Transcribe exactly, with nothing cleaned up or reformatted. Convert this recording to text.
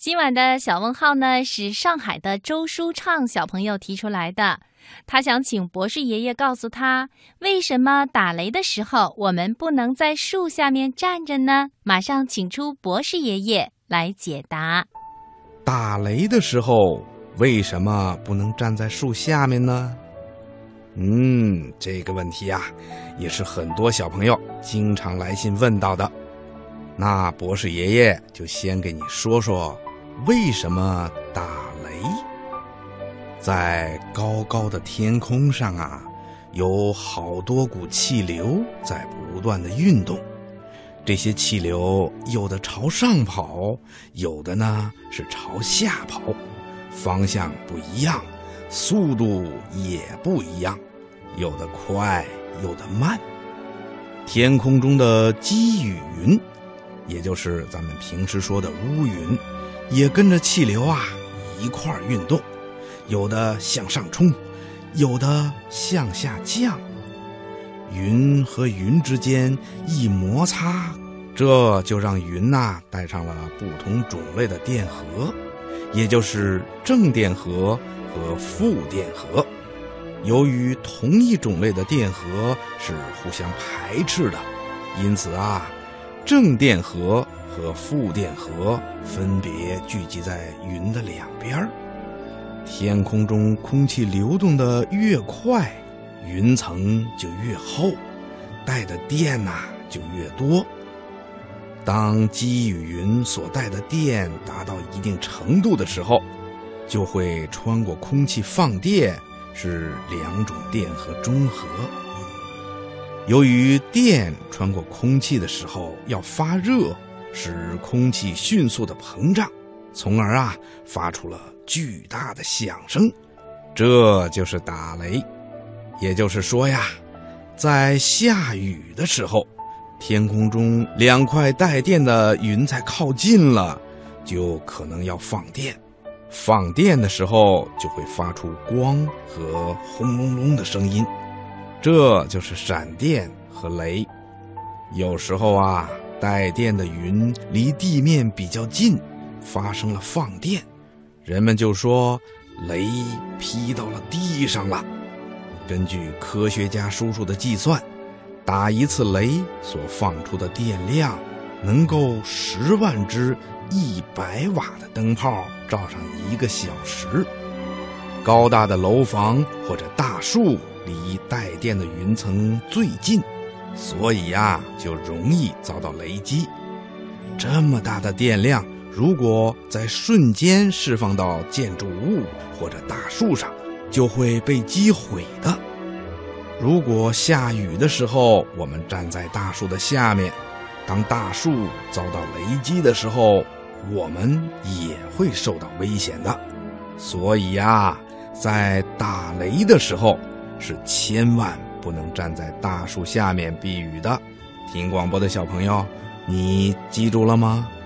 今晚的小问号呢，是上海的周舒畅小朋友提出来的。他想请博士爷爷告诉他，为什么打雷的时候我们不能在树下面站着呢？马上请出博士爷爷来解答。 打雷的时候为什么不能站在树下面呢？嗯，这个问题啊，也是很多小朋友经常来信问到的。那博士爷爷就先给你说说为什么打雷。在高高的天空上啊，有好多股气流在不断的运动，这些气流有的朝上跑，有的呢是朝下跑，方向不一样，速度也不一样，有的快，有的慢。天空中的积雨云，也就是咱们平时说的乌云，也跟着气流啊一块儿运动，有的向上冲，有的向下降。云和云之间一摩擦，这就让云呐带上了不同种类的电荷，也就是正电荷和负电荷。由于同一种类的电荷是互相排斥的，因此啊，正电荷和负电荷分别聚集在云的两边。天空中空气流动的越快，云层就越厚，带的电呐、啊、就越多。当积雨云所带的电达到一定程度的时候，就会穿过空气放电，是两种电荷中和。由于电穿过空气的时候要发热，使空气迅速的膨胀，从而啊发出了巨大的响声，这就是打雷。也就是说呀，在下雨的时候，天空中两块带电的云彩靠近了，就可能要放电。放电的时候就会发出光和轰隆隆的声音，这就是闪电和雷。有时候啊，带电的云离地面比较近，发生了放电，人们就说雷劈到了地上了。根据科学家叔叔的计算，打一次雷所放出的电量能够十万只一百瓦的灯泡照上一个小时。高大的楼房或者大树离带电的云层最近，所以啊就容易遭到雷击。这么大的电量，如果在瞬间释放到建筑物或者大树上，就会被击毁的。如果下雨的时候，我们站在大树的下面，当大树遭到雷击的时候，我们也会受到危险的。所以啊，在打雷的时候，是千万不能站在大树下面避雨的。听广播的小朋友，你记住了吗？